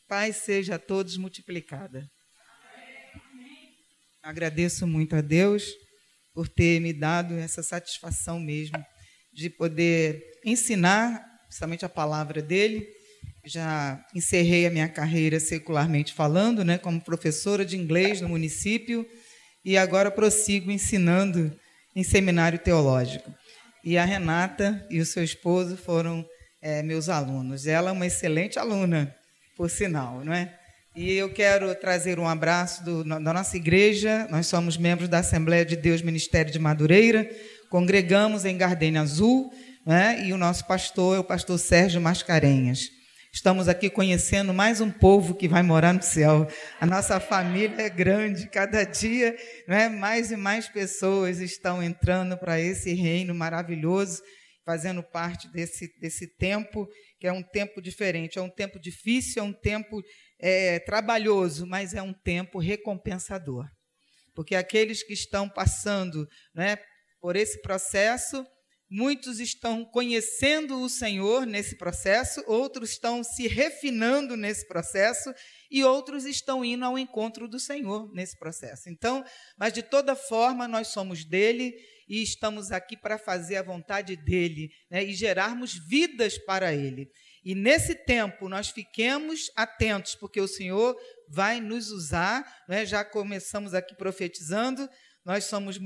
Paz seja a todos multiplicada. Agradeço muito a Deus por ter me dado essa satisfação mesmo de poder ensinar, principalmente a palavra dele. Já encerrei a minha carreira secularmente falando, né, como professora de inglês no município, e agora prossigo ensinando em seminário teológico. E a Renata e o seu esposo foram meus alunos. Ela é uma excelente aluna, por sinal, não é? E eu quero trazer um abraço da nossa igreja. Nós somos membros da Assembleia de Deus Ministério de Madureira, congregamos em Gardenia Azul, né? E o nosso pastor é o pastor Sérgio Mascarenhas. Estamos aqui conhecendo mais um povo que vai morar no céu. A nossa família é grande, cada dia, né, mais e mais pessoas estão entrando para esse reino maravilhoso, fazendo parte desse tempo, que é um tempo diferente, é um tempo difícil, é um tempo trabalhoso, mas é um tempo recompensador. Porque aqueles que estão passando, né, por esse processo, muitos estão conhecendo o Senhor nesse processo, outros estão se refinando nesse processo e outros estão indo ao encontro do Senhor nesse processo. Então, mas de toda forma, nós somos dele e estamos aqui para fazer a vontade dele, né, e gerarmos vidas para ele. E nesse tempo nós fiquemos atentos, porque o Senhor vai nos usar, né? Já começamos aqui profetizando. Nós somos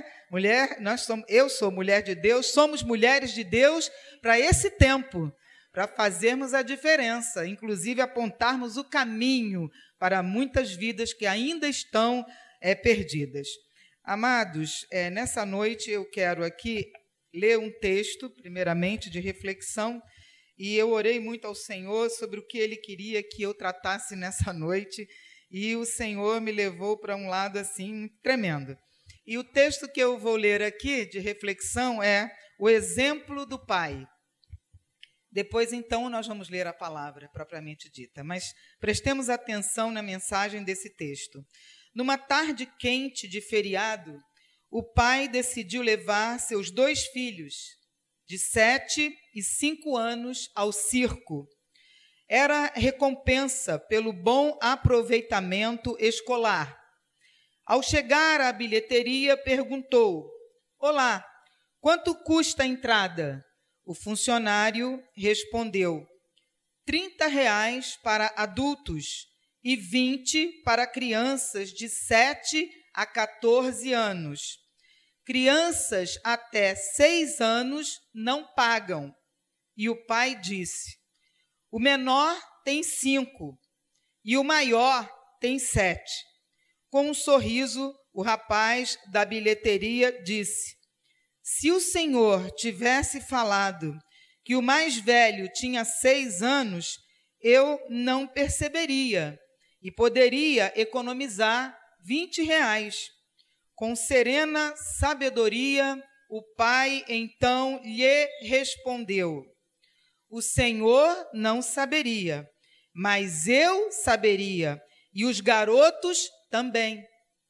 eu sou mulher de Deus, somos mulheres de Deus para esse tempo, para fazermos a diferença, inclusive apontarmos o caminho para muitas vidas que ainda estão perdidas. Amados, nessa noite eu quero aqui ler um texto, primeiramente, de reflexão, e eu orei muito ao Senhor sobre o que Ele queria que eu tratasse nessa noite, e o Senhor me levou para um lado assim tremendo. E o texto que eu vou ler aqui, de reflexão, é o exemplo do Pai. Depois, então, nós vamos ler a palavra propriamente dita, mas prestemos atenção na mensagem desse texto. Numa tarde quente de feriado, o pai decidiu levar seus 2 filhos, de 7 e 5 anos, ao circo. Era recompensa pelo bom aproveitamento escolar. Ao chegar à bilheteria, perguntou: "Olá, quanto custa a entrada?" O funcionário respondeu: R$ 30 para adultos e 20 para crianças de 7 a 14 anos. Crianças até 6 anos não pagam. E o pai disse: "O menor tem 5 e o maior tem 7. Com um sorriso, o rapaz da bilheteria disse: "Se o senhor tivesse falado que o mais velho tinha 6 anos, eu não perceberia e poderia economizar R$ 20. Com serena sabedoria, o pai então lhe respondeu: "O senhor não saberia, mas eu saberia, e os garotos também.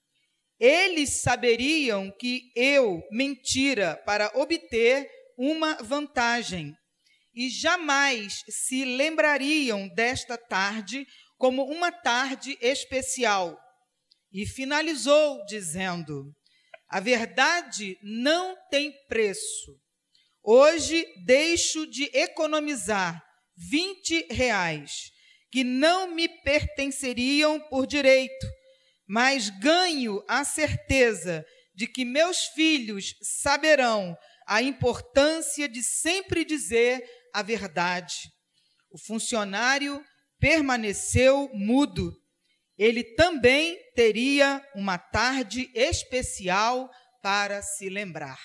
Eles saberiam que eu mentira para obter uma vantagem, e jamais se lembrariam desta tarde como uma tarde especial." E finalizou dizendo: "A verdade não tem preço. Hoje deixo de economizar R$ 20, que não me pertenceriam por direito, mas ganho a certeza de que meus filhos saberão a importância de sempre dizer a verdade." O funcionário permaneceu mudo. Ele também teria uma tarde especial para se lembrar.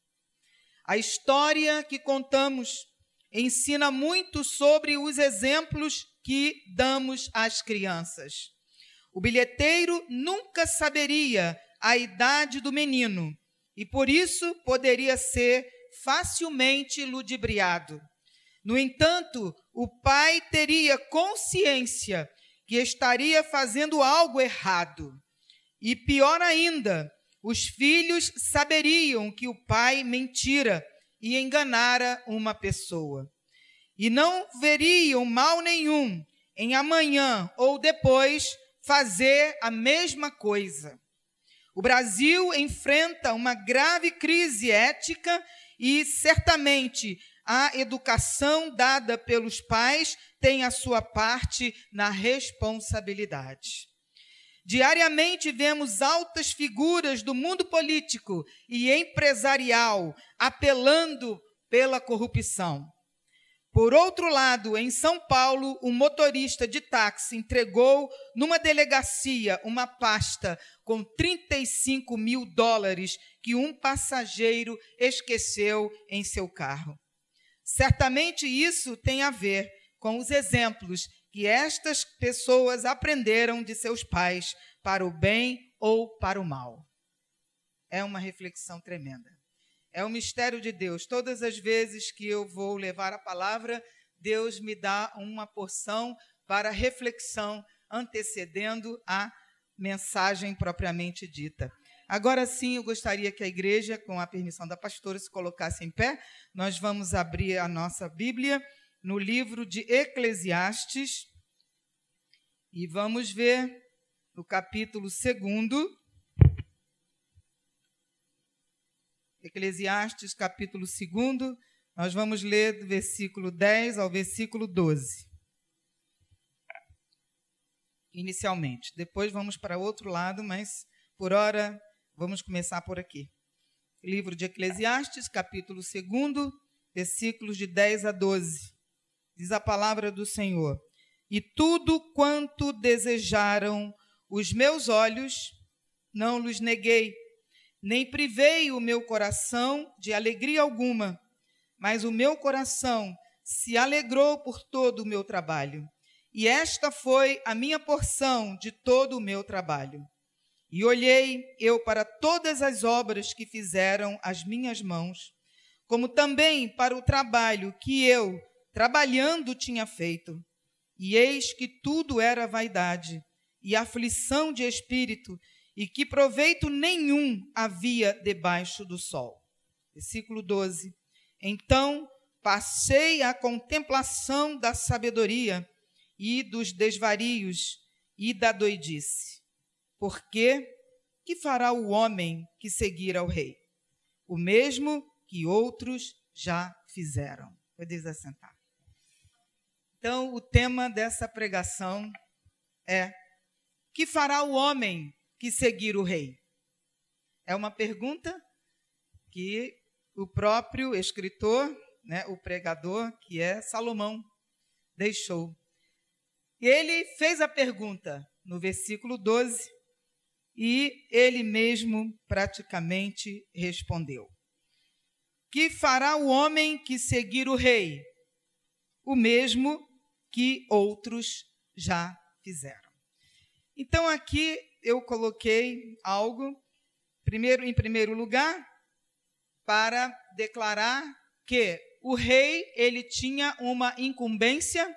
A história que contamos ensina muito sobre os exemplos que damos às crianças. O bilheteiro nunca saberia a idade do menino e, por isso, poderia ser facilmente ludibriado. No entanto, o pai teria consciência que estaria fazendo algo errado. E, pior ainda, os filhos saberiam que o pai mentira e enganara uma pessoa. E não veriam mal nenhum em amanhã ou depois fazer a mesma coisa. O Brasil enfrenta uma grave crise ética e, certamente, a educação dada pelos pais tem a sua parte na responsabilidade. Diariamente vemos altas figuras do mundo político e empresarial apelando pela corrupção. Por outro lado, em São Paulo, um motorista de táxi entregou numa delegacia uma pasta com $35 mil que um passageiro esqueceu em seu carro. Certamente isso tem a ver com os exemplos que estas pessoas aprenderam de seus pais para o bem ou para o mal. É uma reflexão tremenda. É um mistério de Deus. Todas as vezes que eu vou levar a palavra, Deus me dá uma porção para reflexão, antecedendo a mensagem propriamente dita. Agora sim, eu gostaria que a igreja, com a permissão da pastora, se colocasse em pé. Nós vamos abrir a nossa Bíblia no livro de Eclesiastes e vamos ver no capítulo 2. Eclesiastes, capítulo 2, nós vamos ler do versículo 10 ao versículo 12. Inicialmente. Depois vamos para outro lado, mas, por hora, vamos começar por aqui. Livro de Eclesiastes, capítulo 2, versículos de 10 a 12. Diz a palavra do Senhor: E tudo quanto desejaram os meus olhos, não lhes neguei, nem privei o meu coração de alegria alguma, mas o meu coração se alegrou por todo o meu trabalho. E esta foi a minha porção de todo o meu trabalho. E olhei eu para todas as obras que fizeram as minhas mãos, como também para o trabalho que eu, trabalhando, tinha feito. E eis que tudo era vaidade e aflição de espírito, e que proveito nenhum havia debaixo do sol. Versículo 12. Então passei à contemplação da sabedoria e dos desvarios e da doidice. Porque que fará o homem que seguir ao rei? O mesmo que outros já fizeram. Podeis assentar. Então, o tema dessa pregação é: que fará o homem que seguir o rei? É uma pergunta que o próprio escritor, o pregador, que é Salomão, deixou. Ele fez a pergunta no versículo 12 e ele mesmo praticamente respondeu: que fará o homem que seguir o rei? O mesmo que outros já fizeram. Então aqui eu coloquei algo, em primeiro lugar, para declarar que o rei, ele tinha uma incumbência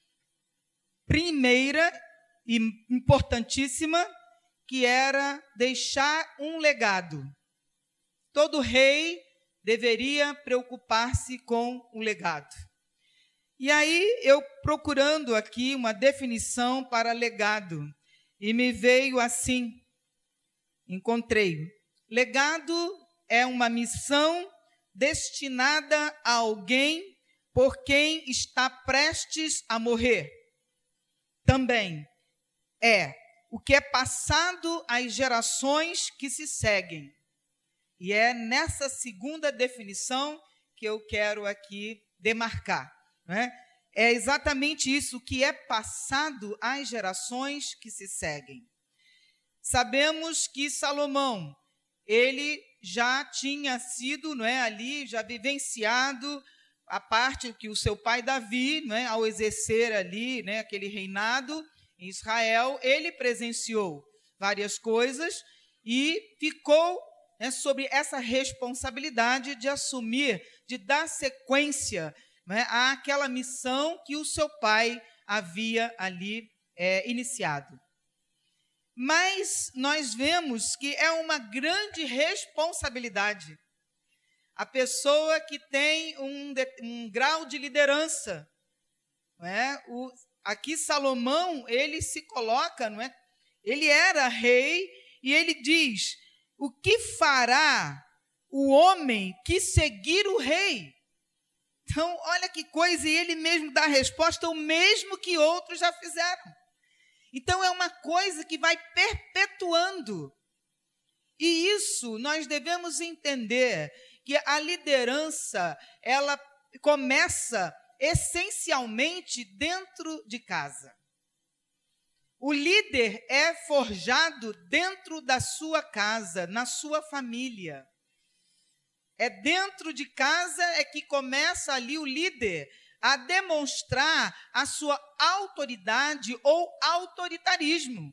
primeira e importantíssima, que era deixar um legado. Todo rei deveria preocupar-se com o legado. E aí, eu procurando aqui uma definição para legado, e me veio assim, encontrei: legado é uma missão destinada a alguém por quem está prestes a morrer. Também é o que é passado às gerações que se seguem. E é nessa segunda definição que eu quero aqui demarcar, né? É exatamente isso, que é passado às gerações que se seguem. Sabemos que Salomão, ele já tinha sido, ali, já vivenciado a parte que o seu pai Davi, ao exercer ali, aquele reinado em Israel, ele presenciou várias coisas e ficou sobre essa responsabilidade de assumir, de dar sequência àquela missão que o seu pai havia ali iniciado. Mas nós vemos que é uma grande responsabilidade. A pessoa que tem um grau de liderança, aqui Salomão, ele se coloca, não é? Ele era rei e ele diz: o que fará o homem que seguir o rei? Então, olha que coisa, e ele mesmo dá a resposta, o mesmo que outros já fizeram. Então, é uma coisa que vai perpetuando. E isso nós devemos entender, que a liderança, ela começa essencialmente dentro de casa. O líder é forjado dentro da sua casa, na sua família. É dentro de casa é que começa ali o líder a demonstrar a sua autoridade ou autoritarismo.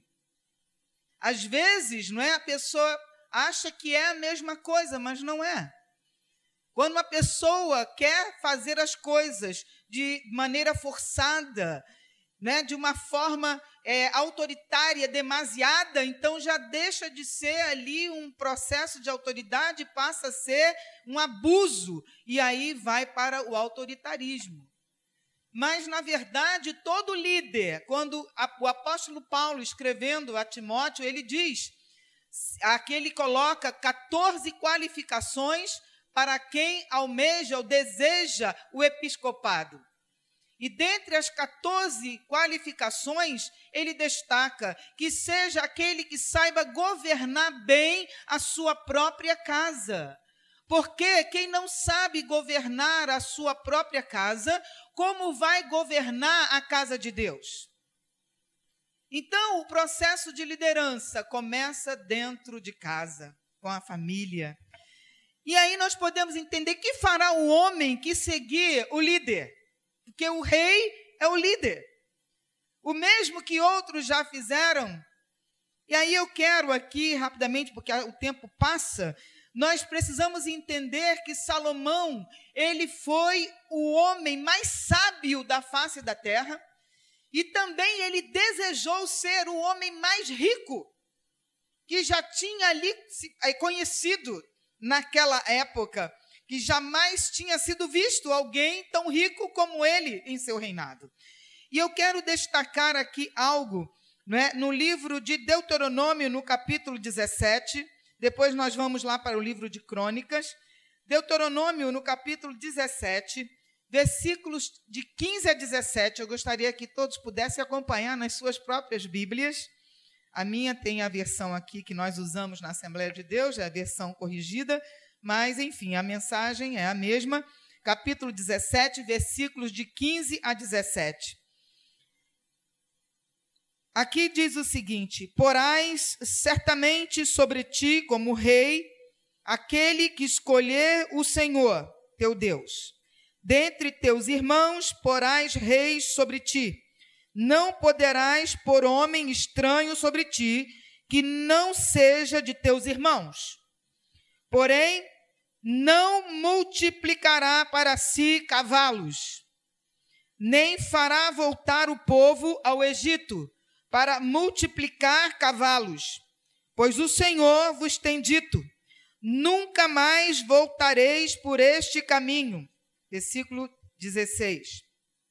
Às vezes, não é, a pessoa acha que é a mesma coisa, mas não é. Quando uma pessoa quer fazer as coisas de maneira forçada, né, de uma forma autoritária, demasiada, então já deixa de ser ali um processo de autoridade, passa a ser um abuso, e aí vai para o autoritarismo. Mas, na verdade, todo líder, quando o apóstolo Paulo, escrevendo a Timóteo, ele diz, aqui ele coloca 14 qualificações para quem almeja ou deseja o episcopado. E dentre as 14 qualificações, ele destaca que seja aquele que saiba governar bem a sua própria casa. Porque quem não sabe governar a sua própria casa, como vai governar a casa de Deus? Então, o processo de liderança começa dentro de casa, com a família. E aí nós podemos entender que fará o homem que seguir o líder. Porque o rei é o líder. O mesmo que outros já fizeram. E aí eu quero aqui, rapidamente, porque o tempo passa, nós precisamos entender que Salomão, ele foi o homem mais sábio da face da terra, e também ele desejou ser o homem mais rico, que já tinha ali conhecido naquela época, que jamais tinha sido visto alguém tão rico como ele em seu reinado. E eu quero destacar aqui algo, né, no livro de Deuteronômio, no capítulo 17, depois nós vamos lá para o livro de Crônicas, Deuteronômio, no capítulo 17, versículos de 15 a 17, eu gostaria que todos pudessem acompanhar nas suas próprias Bíblias. A minha tem a versão aqui que nós usamos na Assembleia de Deus, é a versão corrigida, mas, enfim, a mensagem é a mesma. Capítulo 17, versículos de 15 a 17. Aqui diz o seguinte: porás certamente sobre ti como rei aquele que escolher o Senhor, teu Deus. Dentre teus irmãos porás reis sobre ti. Não poderás pôr homem estranho sobre ti, que não seja de teus irmãos. Porém, não multiplicará para si cavalos, nem fará voltar o povo ao Egito, para multiplicar cavalos. Pois o Senhor vos tem dito, nunca mais voltareis por este caminho. Versículo 17.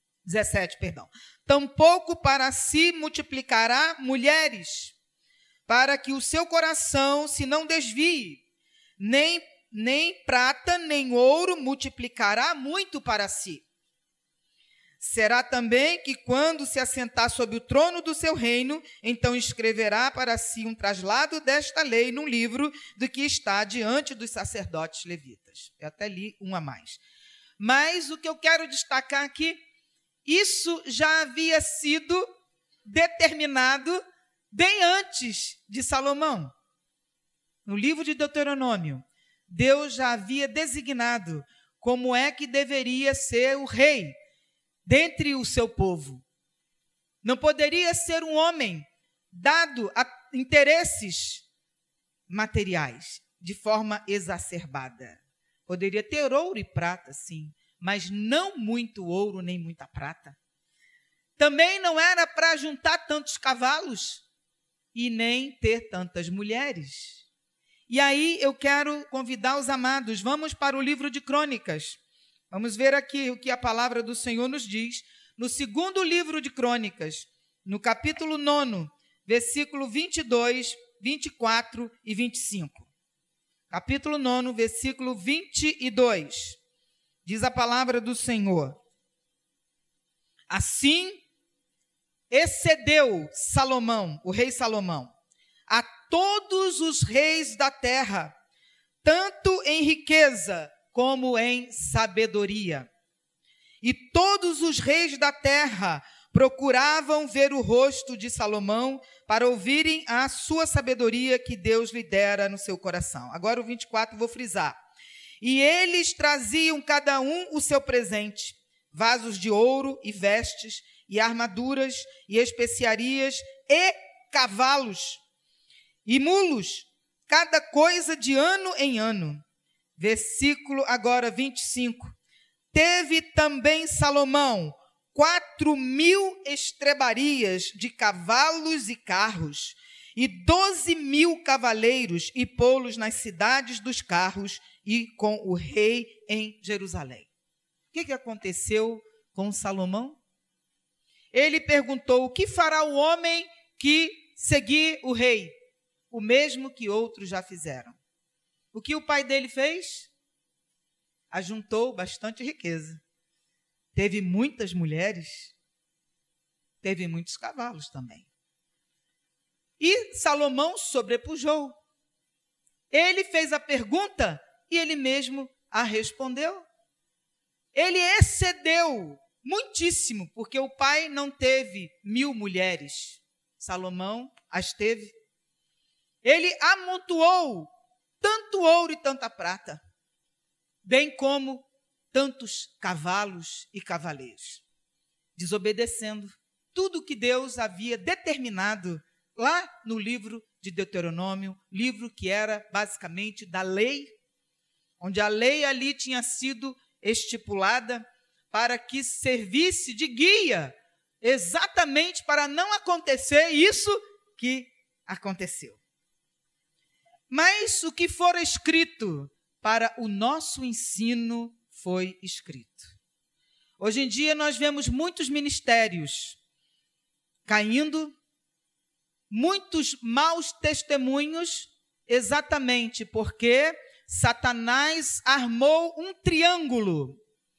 Tampouco para si multiplicará mulheres, para que o seu coração se não desvie, nem prata, nem ouro multiplicará muito para si. Será também que quando se assentar sobre o trono do seu reino, então escreverá para si um traslado desta lei num livro do que está diante dos sacerdotes levitas. Eu até li um a mais. Mas o que eu quero destacar aqui, isso já havia sido determinado bem antes de Salomão. No livro de Deuteronômio, Deus já havia designado como é que deveria ser o rei dentre o seu povo. Não poderia ser um homem dado a interesses materiais de forma exacerbada. Poderia ter ouro e prata, sim, mas não muito ouro nem muita prata. Também não era para juntar tantos cavalos e nem ter tantas mulheres. E aí eu quero convidar os amados, vamos para o livro de Crônicas. Vamos ver aqui o que a palavra do Senhor nos diz, no segundo livro de Crônicas, no capítulo 9, versículo 22, 24 e 25. Capítulo 9, versículo 22. Diz a palavra do Senhor: assim excedeu Salomão, o rei Salomão, a todos os reis da terra, tanto em riqueza como em sabedoria. E todos os reis da terra procuravam ver o rosto de Salomão para ouvirem a sua sabedoria que Deus lhe dera no seu coração. Agora o 24 vou frisar. E eles traziam cada um o seu presente, vasos de ouro e vestes, e armaduras, e especiarias, e cavalos, e mulos, cada coisa de ano em ano. Versículo agora 25. Teve também Salomão 4.000 estrebarias de cavalos e carros, e 12.000 cavaleiros, e pô-los nas cidades dos carros, e com o rei em Jerusalém. O que aconteceu com Salomão? Ele perguntou: o que fará o homem que seguir o rei? O mesmo que outros já fizeram. O que o pai dele fez? Ajuntou bastante riqueza. Teve muitas mulheres, teve muitos cavalos também. E Salomão sobrepujou. Ele fez a pergunta e ele mesmo a respondeu. Ele excedeu muitíssimo, porque o pai não teve 1.000 mulheres. Salomão as teve. Ele amontoou tanto ouro e tanta prata, bem como tantos cavalos e cavaleiros, desobedecendo tudo que Deus havia determinado lá no livro de Deuteronômio, livro que era basicamente da lei, onde a lei ali tinha sido estipulada para que servisse de guia, exatamente para não acontecer isso que aconteceu. Mas o que for escrito para o nosso ensino foi escrito. Hoje em dia nós vemos muitos ministérios caindo, muitos maus testemunhos, exatamente porque Satanás armou um triângulo.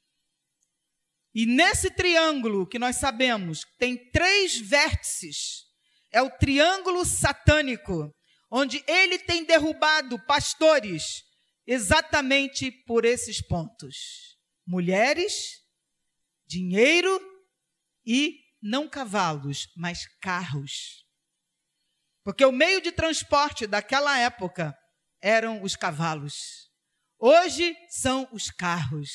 E nesse triângulo, que nós sabemos, tem 3 vértices, é o triângulo satânico, onde ele tem derrubado pastores exatamente por esses pontos: mulheres, dinheiro e não cavalos, mas carros. Porque o meio de transporte daquela época eram os cavalos. Hoje são os carros.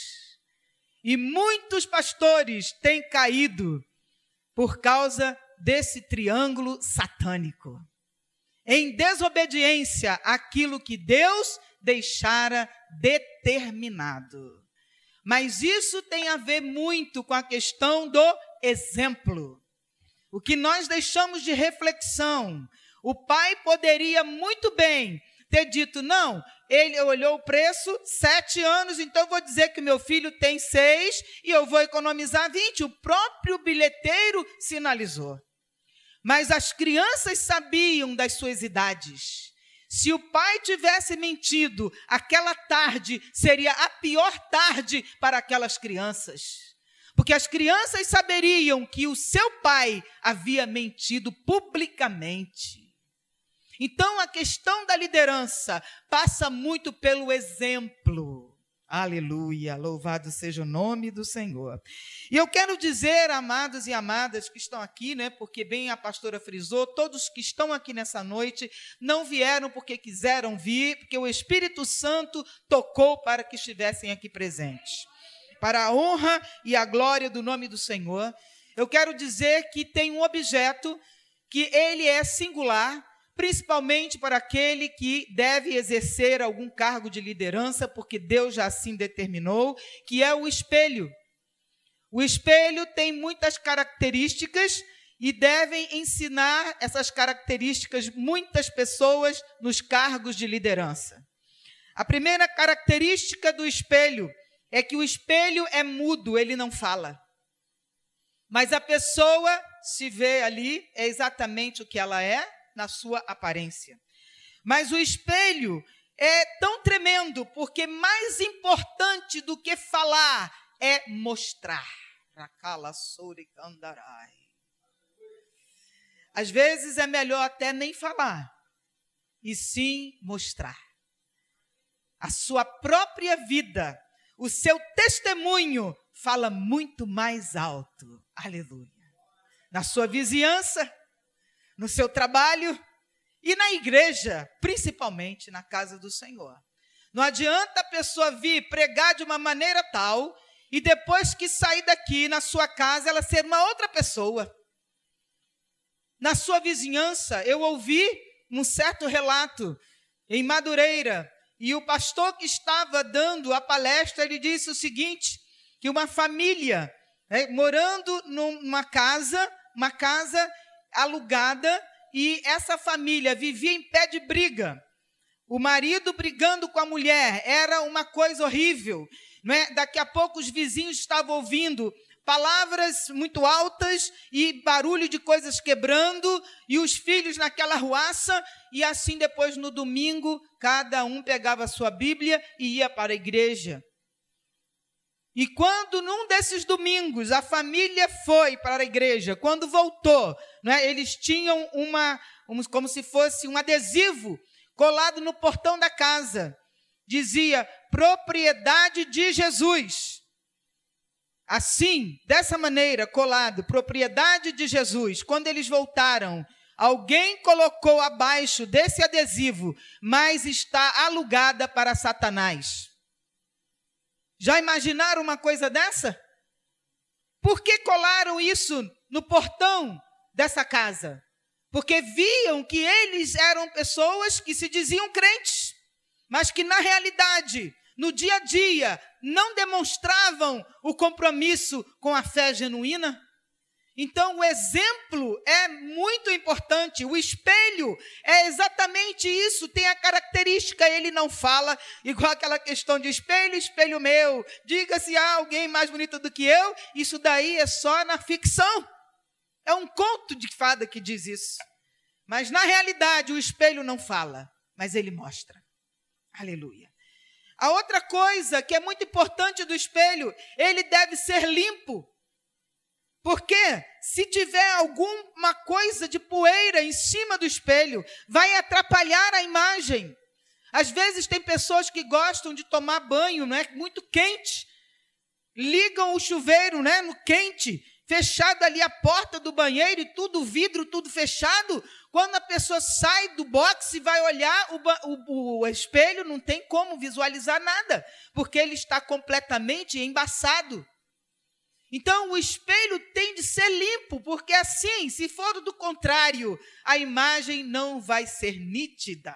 E muitos pastores têm caído por causa desse triângulo satânico, em desobediência àquilo que Deus deixara determinado. Mas isso tem a ver muito com a questão do exemplo. O que nós deixamos de reflexão. O pai poderia muito bem ter dito: não, ele olhou o preço, 7 anos, então eu vou dizer que meu filho tem 6 e eu vou economizar 20. O próprio bilheteiro sinalizou. Mas as crianças sabiam das suas idades. Se o pai tivesse mentido, aquela tarde seria a pior tarde para aquelas crianças. Porque as crianças saberiam que o seu pai havia mentido publicamente. Então, a questão da liderança passa muito pelo exemplo. Aleluia, louvado seja o nome do Senhor. E eu quero dizer, amados e amadas que estão aqui, né, porque bem a pastora frisou, todos que estão aqui nessa noite não vieram porque quiseram vir, porque o Espírito Santo tocou para que estivessem aqui presentes. Para a honra e a glória do nome do Senhor, eu quero dizer que tem um objeto que ele é singular, principalmente para aquele que deve exercer algum cargo de liderança, porque Deus já assim determinou, que é o espelho. O espelho tem muitas características e devem ensinar essas características muitas pessoas nos cargos de liderança. A primeira característica do espelho é que o espelho é mudo, ele não fala. Mas a pessoa se vê ali, é exatamente o que ela é, na sua aparência. Mas o espelho é tão tremendo, porque mais importante do que falar é mostrar. Às vezes é melhor até nem falar, e sim mostrar. A sua própria vida, o seu testemunho fala muito mais alto. Aleluia. Na sua vizinhança, no seu trabalho e na igreja, principalmente na casa do Senhor. Não adianta a pessoa vir pregar de uma maneira tal e depois que sair daqui na sua casa ela ser uma outra pessoa. Na sua vizinhança, eu ouvi um certo relato em Madureira, e o pastor que estava dando a palestra, ele disse o seguinte, que uma família, morando numa casa, uma casa alugada, e essa família vivia em pé de briga. O marido brigando com a mulher, era uma coisa horrível. Não é? Daqui a pouco os vizinhos estavam ouvindo palavras muito altas e barulho de coisas quebrando, e os filhos naquela arruaça, e assim depois no domingo, cada um pegava a sua Bíblia e ia para a igreja. E quando num desses domingos a família foi para a igreja, quando voltou, não é? Eles tinham como se fosse um adesivo colado no portão da casa. Dizia, propriedade de Jesus. Assim, dessa maneira, colado, propriedade de Jesus. Quando eles voltaram, alguém colocou abaixo desse adesivo, mas está alugada para Satanás. Já imaginaram uma coisa dessa? Por que colaram isso no portão dessa casa? Porque viam que eles eram pessoas que se diziam crentes, mas que na realidade, no dia a dia, não demonstravam o compromisso com a fé genuína. Então, o exemplo é muito importante. O espelho é exatamente isso. Tem a característica, ele não fala, igual aquela questão de espelho, espelho meu. Diga se há alguém mais bonito do que eu. Isso daí é só na ficção. É um conto de fada que diz isso. Mas, na realidade, o espelho não fala, mas ele mostra. Aleluia. A outra coisa que é muito importante do espelho, ele deve ser limpo. Porque se tiver alguma coisa de poeira em cima do espelho, vai atrapalhar a imagem. Às vezes tem pessoas que gostam de tomar banho, não é? Muito quente. Ligam o chuveiro, né, no quente, fechado ali a porta do banheiro e tudo vidro, tudo fechado. Quando a pessoa sai do boxe e vai olhar o espelho, não tem como visualizar nada, porque ele está completamente embaçado. Então, o espelho tem de ser limpo, porque assim, se for do contrário, a imagem não vai ser nítida.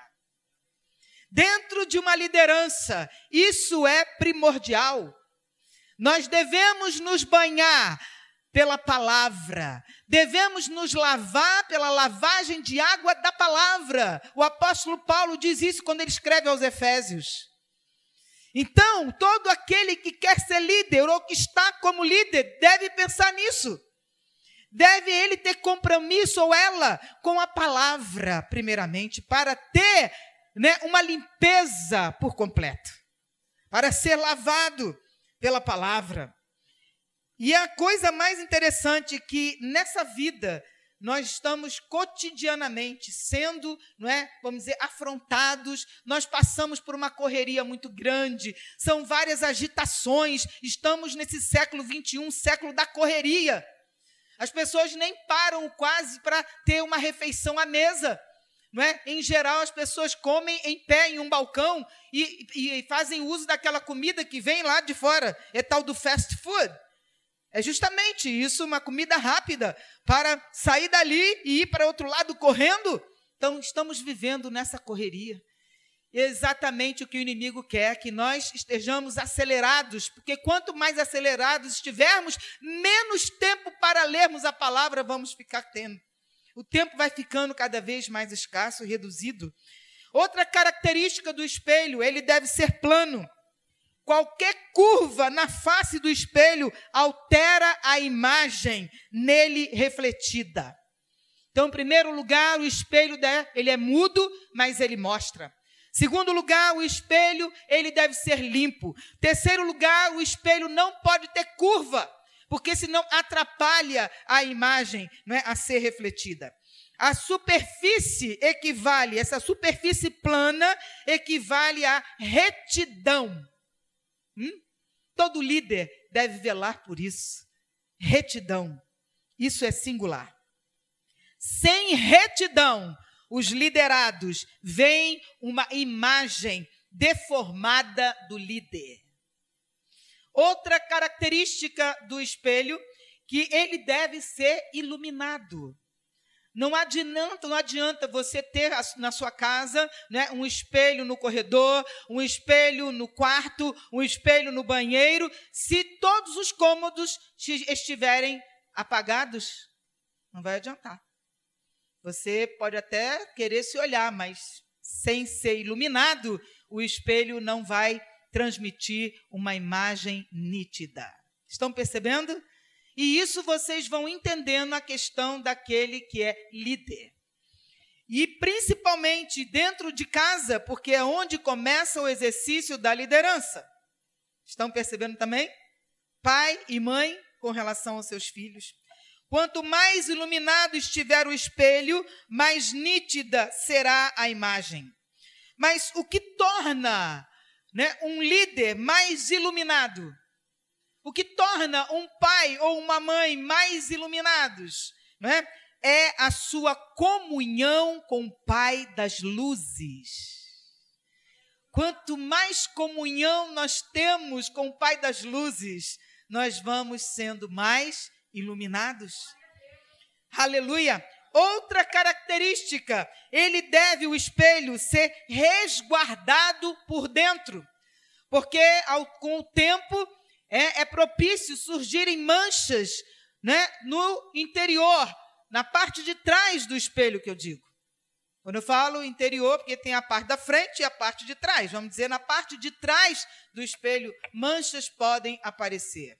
Dentro de uma liderança, isso é primordial. Nós devemos nos banhar pela palavra, devemos nos lavar pela lavagem de água da palavra. O apóstolo Paulo diz isso quando ele escreve aos Efésios. Então, todo aquele que quer ser líder ou que está como líder, deve pensar nisso. Deve ele ter compromisso, ou ela, com a palavra, primeiramente, para ter, né, uma limpeza por completo, para ser lavado pela palavra. E a coisa mais interessante é que nessa vida nós estamos cotidianamente sendo, não é, vamos dizer, afrontados, nós passamos por uma correria muito grande, são várias agitações, estamos nesse século 21, século da correria. As pessoas nem param quase para ter uma refeição à mesa. Não é? Em geral, as pessoas comem em pé em um balcão e fazem uso daquela comida que vem lá de fora, é tal do fast food. É justamente isso, uma comida rápida, para sair dali e ir para outro lado correndo. Então, estamos vivendo nessa correria. Exatamente o que o inimigo quer, que nós estejamos acelerados, porque quanto mais acelerados estivermos, menos tempo para lermos a palavra vamos ficar tendo. O tempo vai ficando cada vez mais escasso e reduzido. Outra característica do espelho, ele deve ser plano. Qualquer curva na face do espelho altera a imagem nele refletida. Então, em primeiro lugar, o espelho ele é mudo, mas ele mostra. Segundo lugar, o espelho ele deve ser limpo. Terceiro lugar, o espelho não pode ter curva, porque senão atrapalha a imagem, não é, a ser refletida. A superfície essa superfície plana equivale à retidão. Todo líder deve velar por isso. Retidão. Isso é singular. Sem retidão, os liderados veem uma imagem deformada do líder. Outra característica do espelho, que ele deve ser iluminado. Não adianta você ter na sua casa, né, um espelho no corredor, um espelho no quarto, um espelho no banheiro, se todos os cômodos estiverem apagados, não vai adiantar. Você pode até querer se olhar, mas sem ser iluminado, o espelho não vai transmitir uma imagem nítida. Estão percebendo? E isso vocês vão entendendo a questão daquele que é líder. E principalmente dentro de casa, porque é onde começa o exercício da liderança. Estão percebendo também? Pai e mãe com relação aos seus filhos. Quanto mais iluminado estiver o espelho, mais nítida será a imagem. Mas o que torna, né, um líder mais iluminado? O que torna um pai ou uma mãe mais iluminados, não é? É a sua comunhão com o Pai das luzes. Quanto mais comunhão nós temos com o Pai das luzes, nós vamos sendo mais iluminados. Aleluia! Outra característica, o espelho, ser resguardado por dentro, porque com o tempo é propício surgirem manchas, né, no interior, na parte de trás do espelho que eu digo. Quando eu falo interior, porque tem a parte da frente e a parte de trás. Vamos dizer, na parte de trás do espelho, manchas podem aparecer.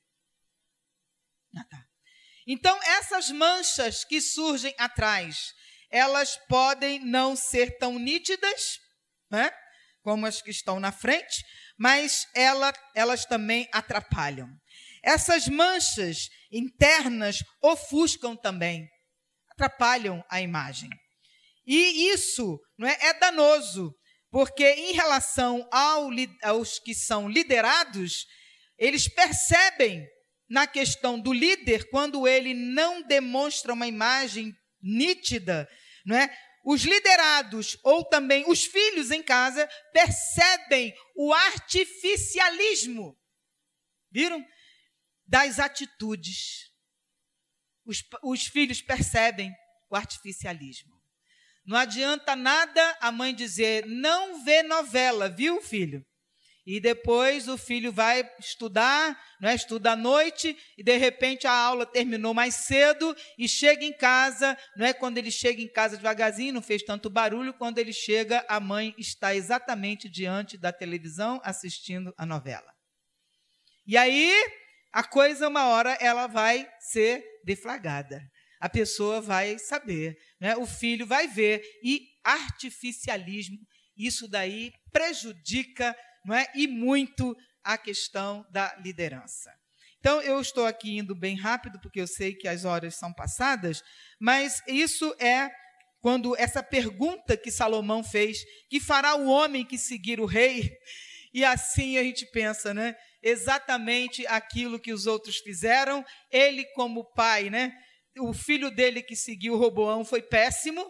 Então, essas manchas que surgem atrás, elas podem não ser tão nítidas, né, como as que estão na frente, mas elas também atrapalham. Essas manchas internas ofuscam também, atrapalham a imagem. E isso, não é danoso, porque em relação aos que são liderados, eles percebem na questão do líder, quando ele não demonstra uma imagem nítida, não é? Os liderados ou também os filhos em casa percebem o artificialismo, viram? Das atitudes. Os filhos percebem o artificialismo. Não adianta nada a mãe dizer, não vê novela, viu, filho? E depois o filho vai estudar, não é? Estuda à noite, e de repente a aula terminou mais cedo, e chega em casa, não é? Quando ele chega em casa devagarzinho, não fez tanto barulho, quando ele chega, a mãe está exatamente diante da televisão, assistindo a novela. E aí, a coisa, uma hora, ela vai ser deflagrada. A pessoa vai saber, né? O filho vai ver, e artificialismo, isso daí prejudica, não é? E muito a questão da liderança. Então, eu estou aqui indo bem rápido, porque eu sei que as horas são passadas, mas isso é quando essa pergunta que Salomão fez, que fará o homem que seguir o rei? E assim a gente pensa, né? Exatamente aquilo que os outros fizeram, ele como pai, né? O filho dele que seguiu Roboão foi péssimo,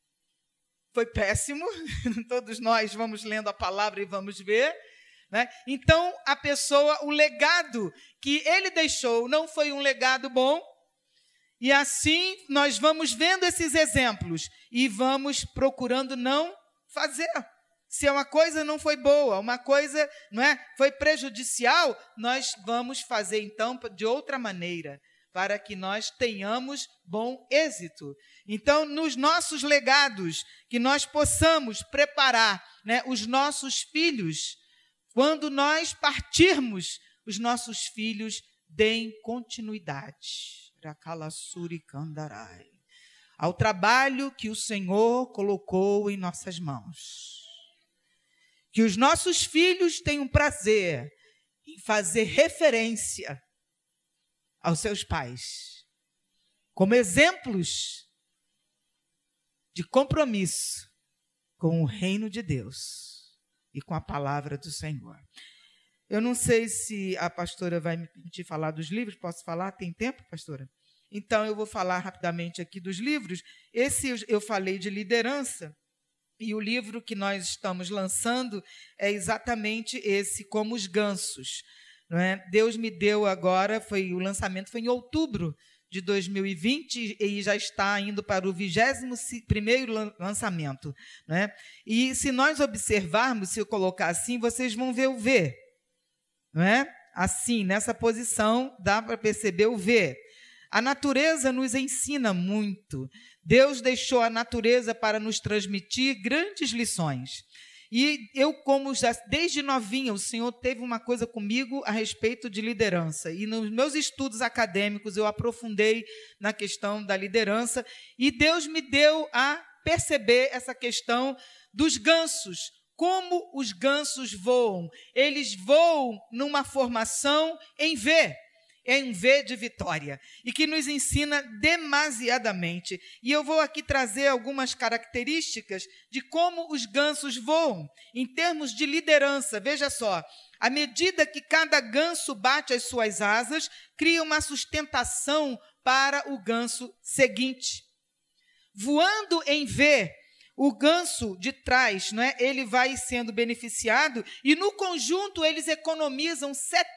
todos nós vamos lendo a palavra e vamos ver, né? Então, a pessoa, o legado que ele deixou não foi um legado bom, e assim nós vamos vendo esses exemplos e vamos procurando não fazer. Se uma coisa não foi boa, uma coisa, não é, foi prejudicial, nós vamos fazer então de outra maneira, para que nós tenhamos bom êxito. Então, nos nossos legados, que nós possamos preparar, né, os nossos filhos quando nós partirmos, os nossos filhos deem continuidade ao trabalho que o Senhor colocou em nossas mãos. Que os nossos filhos tenham prazer em fazer referência aos seus pais, como exemplos de compromisso com o reino de Deus e com a palavra do Senhor. Eu não sei se a pastora vai me permitir falar dos livros. Posso falar? Tem tempo, pastora? Então, eu vou falar rapidamente aqui dos livros. Esse eu falei de liderança, e o livro que nós estamos lançando é exatamente esse, Como os Gansos. Não é? Deus me deu agora, o lançamento foi em outubro de 2020 e já está indo para o 21º lançamento. Não é? E se nós observarmos, se eu colocar assim, vocês vão ver o V. Não é? Assim, nessa posição, dá para perceber o V. A natureza nos ensina muito. Deus deixou a natureza para nos transmitir grandes lições. E eu, como já desde novinha, o Senhor teve uma coisa comigo a respeito de liderança. E nos meus estudos acadêmicos eu aprofundei na questão da liderança. E Deus me deu a perceber essa questão dos gansos. Como os gansos voam. Eles voam numa formação em V. Em V de vitória, e que nos ensina demasiadamente. E eu vou aqui trazer algumas características de como os gansos voam, em termos de liderança. Veja só, à medida que cada ganso bate as suas asas, cria uma sustentação para o ganso seguinte. Voando em V, o ganso de trás, não é? Ele vai sendo beneficiado e, no conjunto, eles economizam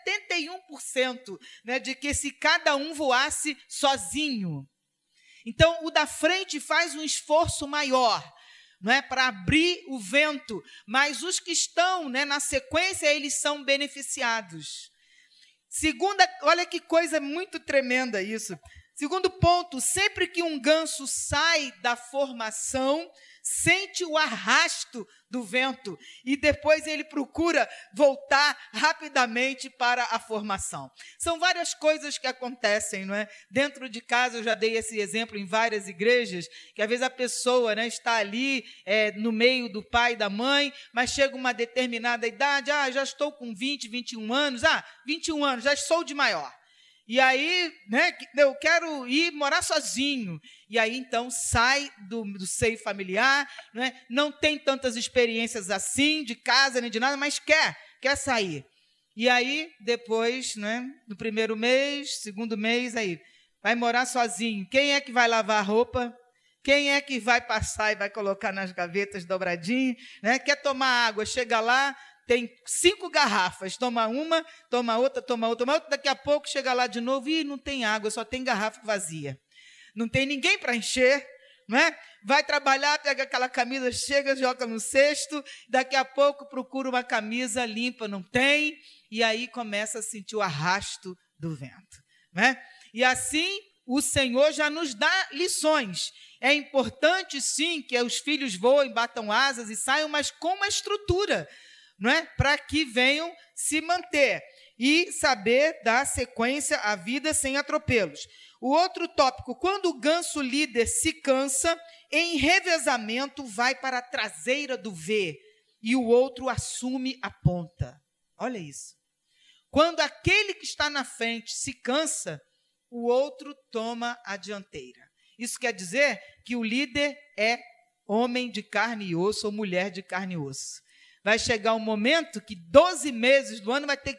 71%, né, de que se cada um voasse sozinho. Então, o da frente faz um esforço maior, não é, para abrir o vento, mas os que estão, né, na sequência, eles são beneficiados. Segunda, olha que coisa muito tremenda isso. Segundo ponto, sempre que um ganso sai da formação, sente o arrasto do vento e depois ele procura voltar rapidamente para a formação. São várias coisas que acontecem, não é? Dentro de casa, eu já dei esse exemplo em várias igrejas, que às vezes a pessoa, né, está ali no meio do pai e da mãe, mas chega uma determinada idade, já estou com 20, 21 anos, 21 anos, já sou de maior. E aí, né, eu quero ir morar sozinho. E aí, então, sai do seio familiar, né, não tem tantas experiências assim, de casa nem de nada, mas quer sair. E aí, depois, né, no primeiro mês, segundo mês, aí, vai morar sozinho. Quem é que vai lavar a roupa? Quem é que vai passar e vai colocar nas gavetas dobradinho? Né? Quer tomar água? Chega lá, tem 5 garrafas, toma uma, toma outra, daqui a pouco chega lá de novo e não tem água, só tem garrafa vazia. Não tem ninguém para encher, não é? Vai trabalhar, pega aquela camisa, chega, joga no cesto, daqui a pouco procura uma camisa limpa, não tem, e aí começa a sentir o arrasto do vento. Não é? E assim o Senhor já nos dá lições. É importante, sim, que os filhos voem, batam asas e saiam, mas com uma estrutura, não é? Para que venham se manter e saber dar sequência à vida sem atropelos. O outro tópico, quando o ganso líder se cansa, em revezamento vai para a traseira do V e o outro assume a ponta. Olha isso. Quando aquele que está na frente se cansa, o outro toma a dianteira. Isso quer dizer que o líder é homem de carne e osso ou mulher de carne e osso. Vai chegar um momento que 12 meses do ano vai ter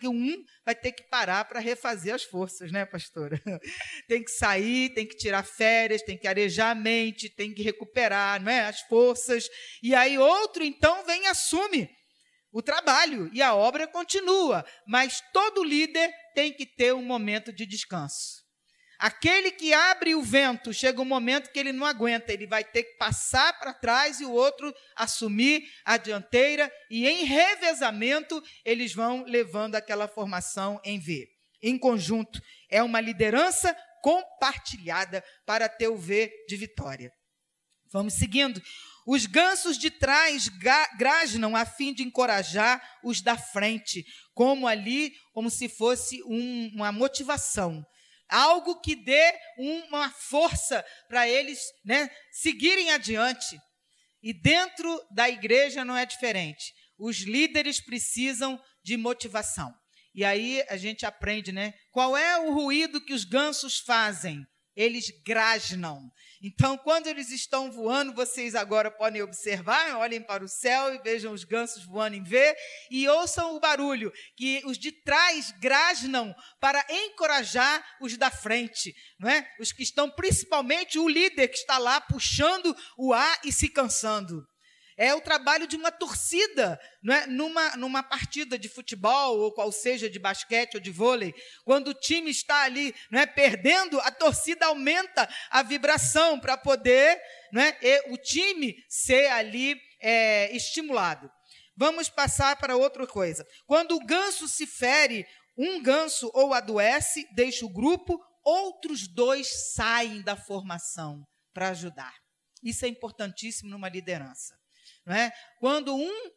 que parar para refazer as forças, né, pastora? Tem que sair, tem que tirar férias, tem que arejar a mente, tem que recuperar, não é, as forças. E aí outro, então, vem e assume o trabalho e a obra continua. Mas todo líder tem que ter um momento de descanso. Aquele que abre o vento, chega um momento que ele não aguenta, ele vai ter que passar para trás e o outro assumir a dianteira, e em revezamento eles vão levando aquela formação em V. Em conjunto, é uma liderança compartilhada para ter o V de vitória. Vamos seguindo. Os gansos de trás grasnam a fim de encorajar os da frente, como se fosse uma motivação. Algo que dê uma força para eles, né, seguirem adiante. E dentro da igreja não é diferente. Os líderes precisam de motivação. E aí a gente aprende, né? Qual é o ruído que os gansos fazem? Eles grasnam. Então, quando eles estão voando, vocês agora podem observar, olhem para o céu e vejam os gansos voando em V e ouçam o barulho, que os de trás grasnam para encorajar os da frente, não é? Os que estão, principalmente o líder que está lá puxando o ar e se cansando. É o trabalho de uma torcida, não é? Numa partida de futebol, ou qual seja, de basquete ou de vôlei. Quando o time está ali, não é, perdendo, a torcida aumenta a vibração para poder, não é, o time ser ali estimulado. Vamos passar para outra coisa. Quando o ganso se fere, um ganso ou adoece, deixa o grupo, outros 2 saem da formação para ajudar. Isso é importantíssimo numa liderança. Não é? Quando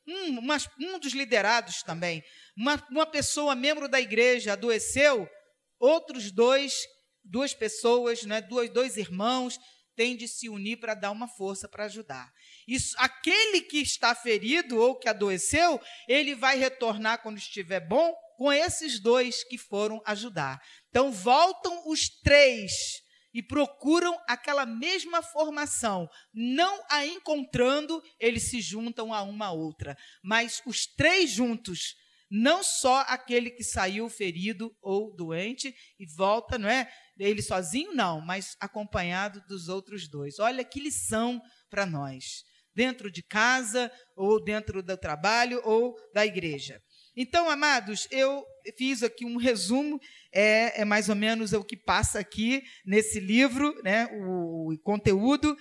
um dos liderados também, uma pessoa, membro da igreja, adoeceu, outros duas pessoas, né, dois irmãos, têm de se unir para dar uma força para ajudar. Isso, aquele que está ferido ou que adoeceu, ele vai retornar quando estiver bom com esses 2 que foram ajudar. Então, voltam os 3 e procuram aquela mesma formação. Não a encontrando, eles se juntam a uma outra. Mas os 3 juntos, não só aquele que saiu ferido ou doente e volta, não é? Ele sozinho não, mas acompanhado dos outros 2. Olha que lição para nós, dentro de casa, ou dentro do trabalho, ou da igreja. Então, amados, eu fiz aqui um resumo, é mais ou menos o que passa aqui nesse livro, né, o conteúdo,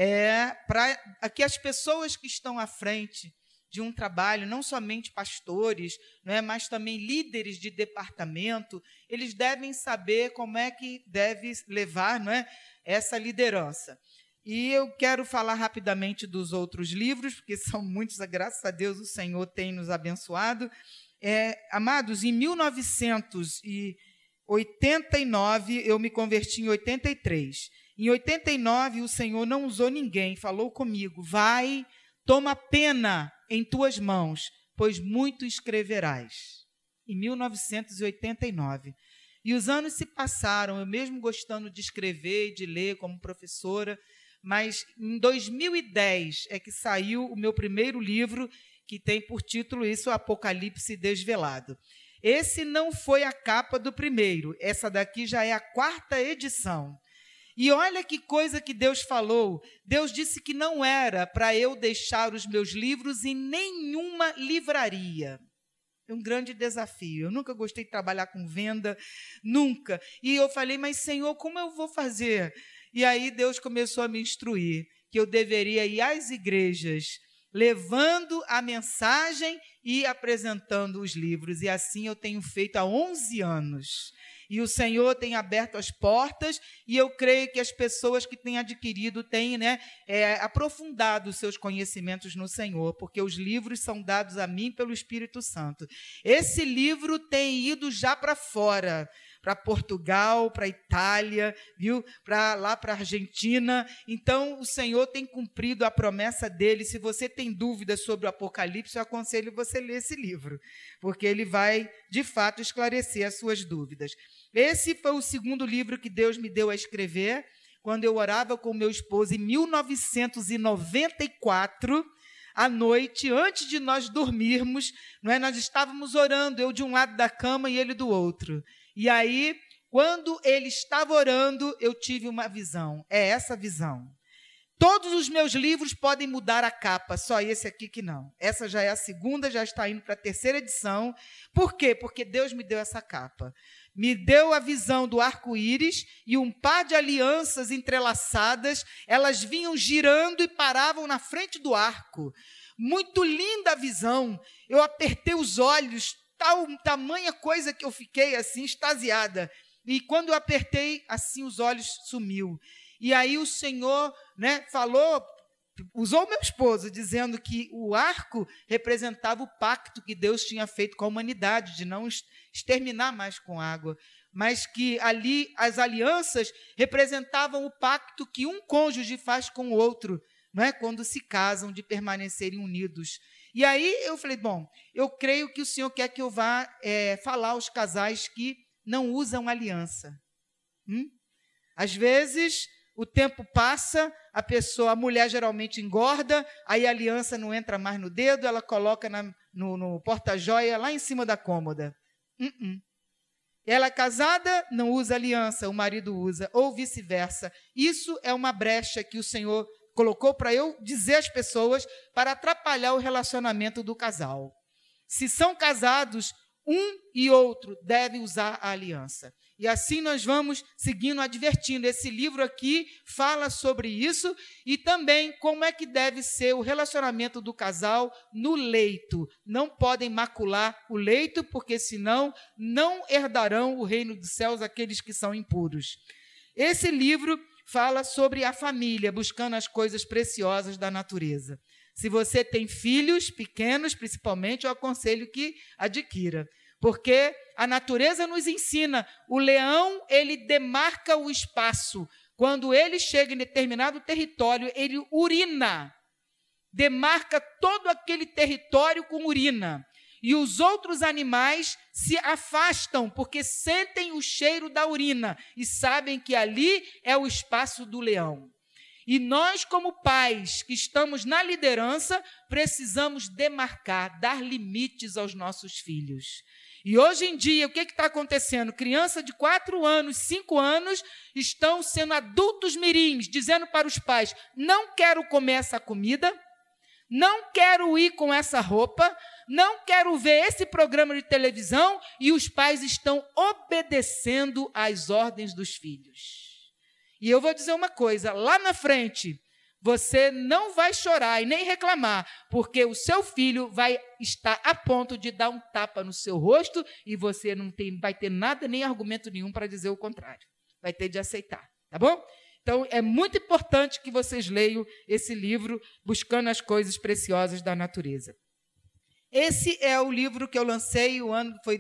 para que as pessoas que estão à frente de um trabalho, não somente pastores, não é, mas também líderes de departamento, eles devem saber como é que deve levar, não é, essa liderança. E eu quero falar rapidamente dos outros livros, porque são muitos, graças a Deus o Senhor tem nos abençoado. Amados, em 1989, eu me converti em 83. Em 89, o Senhor não usou ninguém, falou comigo: vai, toma pena em tuas mãos, pois muito escreverás. Em 1989. E os anos se passaram, eu mesmo gostando de escrever e de ler como professora, mas em 2010 é que saiu o meu primeiro livro, que tem por título isso, Apocalipse Desvelado. Esse não foi a capa do primeiro, essa daqui já é a 4ª edição. E olha que coisa que Deus falou. Deus disse que não era para eu deixar os meus livros em nenhuma livraria. É um grande desafio. Eu nunca gostei de trabalhar com venda, nunca. E eu falei, mas Senhor, como eu vou fazer? E aí Deus começou a me instruir que eu deveria ir às igrejas, levando a mensagem e apresentando os livros. E assim eu tenho feito há 11 anos. E o Senhor tem aberto as portas, e eu creio que as pessoas que têm adquirido têm, né, aprofundado os seus conhecimentos no Senhor, porque os livros são dados a mim pelo Espírito Santo. Esse livro tem ido já para fora, para Portugal, para Itália, viu? Lá para a Argentina. Então, o Senhor tem cumprido a promessa dele. Se você tem dúvidas sobre o Apocalipse, eu aconselho você a ler esse livro, porque ele vai, de fato, esclarecer as suas dúvidas. Esse foi o segundo livro que Deus me deu a escrever, quando eu orava com meu esposo em 1994, à noite, antes de nós dormirmos, não é? Nós estávamos orando, eu de um lado da cama e ele do outro. E aí, quando ele estava orando, eu tive uma visão. É essa visão. Todos os meus livros podem mudar a capa, só esse aqui que não. Essa já é a 2ª, já está indo para a 3ª edição. Por quê? Porque Deus me deu essa capa. Me deu a visão do arco-íris e um par de alianças entrelaçadas, elas vinham girando e paravam na frente do arco. Muito linda a visão. Eu apertei os olhos, tamanha coisa que eu fiquei assim, extasiada. E quando eu apertei, assim os olhos sumiu. E aí o Senhor, né, falou usou meu esposo, dizendo que o arco representava o pacto que Deus tinha feito com a humanidade, de não exterminar mais com água, mas que ali as alianças representavam o pacto que um cônjuge faz com o outro, não é? Quando se casam, de permanecerem unidos. E aí eu falei, bom, eu creio que o Senhor quer que eu vá falar aos casais que não usam aliança. Às vezes, o tempo passa, a mulher geralmente engorda, aí a aliança não entra mais no dedo, ela coloca no porta-joia lá em cima da cômoda. Ela é casada, não usa aliança, o marido usa, ou vice-versa. Isso é uma brecha que o Senhor colocou para eu dizer às pessoas para atrapalhar o relacionamento do casal. Se são casados, um e outro devem usar a aliança. E assim nós vamos seguindo, advertindo. Esse livro aqui fala sobre isso e também como é que deve ser o relacionamento do casal no leito. Não podem macular o leito, porque senão não herdarão o reino dos céus aqueles que são impuros. Esse livro fala sobre a família, buscando as coisas preciosas da natureza. Se você tem filhos pequenos, principalmente, eu aconselho que adquira, porque a natureza nos ensina. O leão, ele demarca o espaço. Quando ele chega em determinado território, ele urina, demarca todo aquele território com urina. E os outros animais se afastam, porque sentem o cheiro da urina e sabem que ali é o espaço do leão. E nós, como pais que estamos na liderança, precisamos demarcar, dar limites aos nossos filhos. E hoje em dia, o que está acontecendo? Criança de 4 anos, 5 anos, estão sendo adultos mirins, dizendo para os pais, não quero comer essa comida, não quero ir com essa roupa, não quero ver esse programa de televisão, e os pais estão obedecendo às ordens dos filhos. E eu vou dizer uma coisa, lá na frente, você não vai chorar e nem reclamar, porque o seu filho vai estar a ponto de dar um tapa no seu rosto e você não vai ter nada, nem argumento nenhum para dizer o contrário. Vai ter de aceitar, tá bom? Então, é muito importante que vocês leiam esse livro, Buscando as Coisas Preciosas da Natureza. Esse é o livro que eu lancei, o ano foi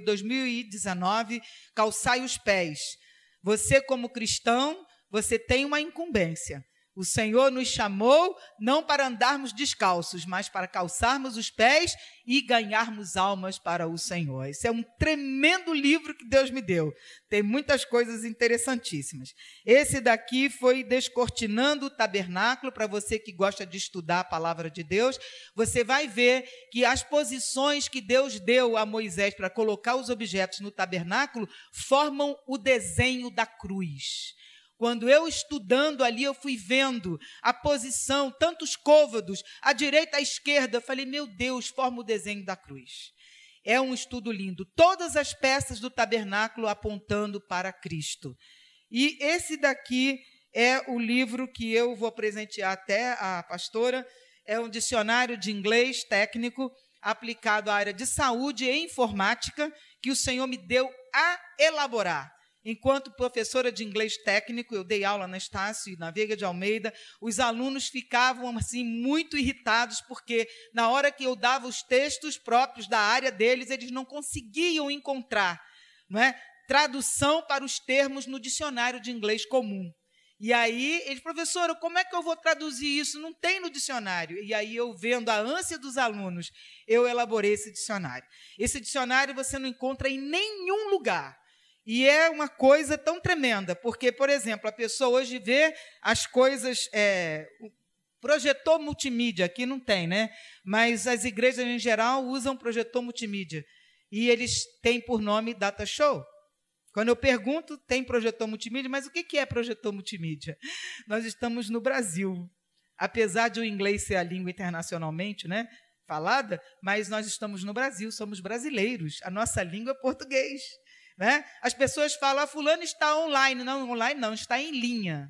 2019, Calçai os Pés. Você, como cristão, você tem uma incumbência. O Senhor nos chamou não para andarmos descalços, mas para calçarmos os pés e ganharmos almas para o Senhor. Esse é um tremendo livro que Deus me deu. Tem muitas coisas interessantíssimas. Esse daqui foi Descortinando o Tabernáculo, para você que gosta de estudar a palavra de Deus. Você vai ver que as posições que Deus deu a Moisés para colocar os objetos no tabernáculo formam o desenho da cruz. Quando eu estudando ali, eu fui vendo a posição, tantos côvados, à direita, à esquerda, eu falei, meu Deus, forma o desenho da cruz. É um estudo lindo. Todas as peças do tabernáculo apontando para Cristo. E esse daqui é o livro que eu vou presentear até a pastora. É um dicionário de inglês técnico aplicado à área de saúde e informática que o Senhor me deu a elaborar. Enquanto professora de inglês técnico, eu dei aula na Estácio e na Veiga de Almeida, os alunos ficavam assim muito irritados, porque na hora que eu dava os textos próprios da área deles, eles não conseguiam encontrar, não é, tradução para os termos no dicionário de inglês comum. E aí, eles, professora, como é que eu vou traduzir isso? Não tem no dicionário. E aí, eu vendo a ânsia dos alunos, eu elaborei esse dicionário. Esse dicionário você não encontra em nenhum lugar. E é uma coisa tão tremenda, porque, por exemplo, a pessoa hoje vê as coisas, projetor multimídia, aqui não tem, né? Mas as igrejas em geral usam projetor multimídia, e eles têm por nome data show. Quando eu pergunto, tem projetor multimídia, mas o que é projetor multimídia? Nós estamos no Brasil, apesar de o inglês ser a língua internacionalmente, né, falada, mas nós estamos no Brasil, somos brasileiros, a nossa língua é português. Né? As pessoas falam, fulano está online. Não, online não, está em linha.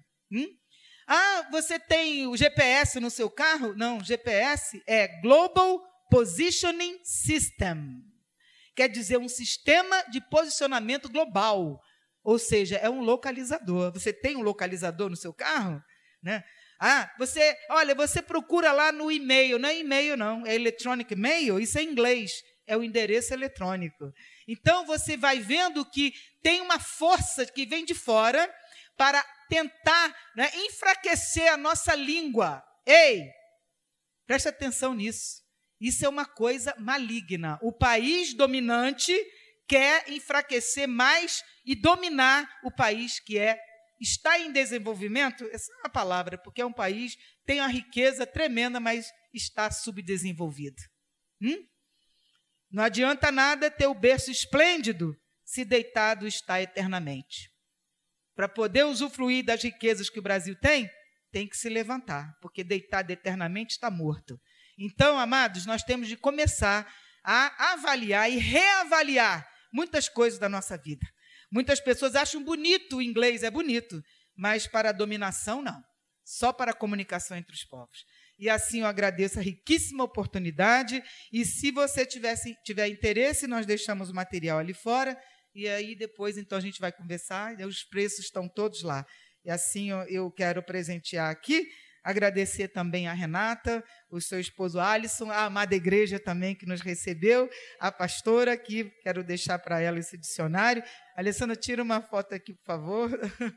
Ah, você tem o GPS no seu carro? Não, GPS é Global Positioning System. Quer dizer, um sistema de posicionamento global. Ou seja, é um localizador. Você tem um localizador no seu carro? Né? Você procura lá no e-mail. Não é e-mail, não. É electronic mail. Isso é em inglês. É o endereço eletrônico. Então, você vai vendo que tem uma força que vem de fora para tentar, né, enfraquecer a nossa língua. Ei, preste atenção nisso. Isso é uma coisa maligna. O país dominante quer enfraquecer mais e dominar o país que está em desenvolvimento. Essa é uma palavra, porque é um país que tem uma riqueza tremenda, mas está subdesenvolvido. Não adianta nada ter o berço esplêndido se deitado está eternamente. Para poder usufruir das riquezas que o Brasil tem que se levantar, porque deitado eternamente está morto. Então, amados, nós temos de começar a avaliar e reavaliar muitas coisas da nossa vida. Muitas pessoas acham bonito o inglês, é bonito, mas para a dominação, não. Só para a comunicação entre os povos. E assim eu agradeço a riquíssima oportunidade, e se você tiver interesse, nós deixamos o material ali fora, e aí depois então a gente vai conversar, e os preços estão todos lá. E assim eu quero presentear aqui, agradecer também a Renata, o seu esposo Alisson, a amada igreja também que nos recebeu, a pastora, que quero deixar para ela esse dicionário. Alessandra, tira uma foto aqui, por favor.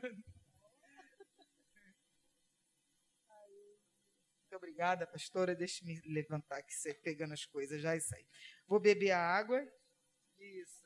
Muito obrigada, pastora. Deixe-me levantar aqui, você pegando as coisas, já isso aí. Vou beber a água. Isso.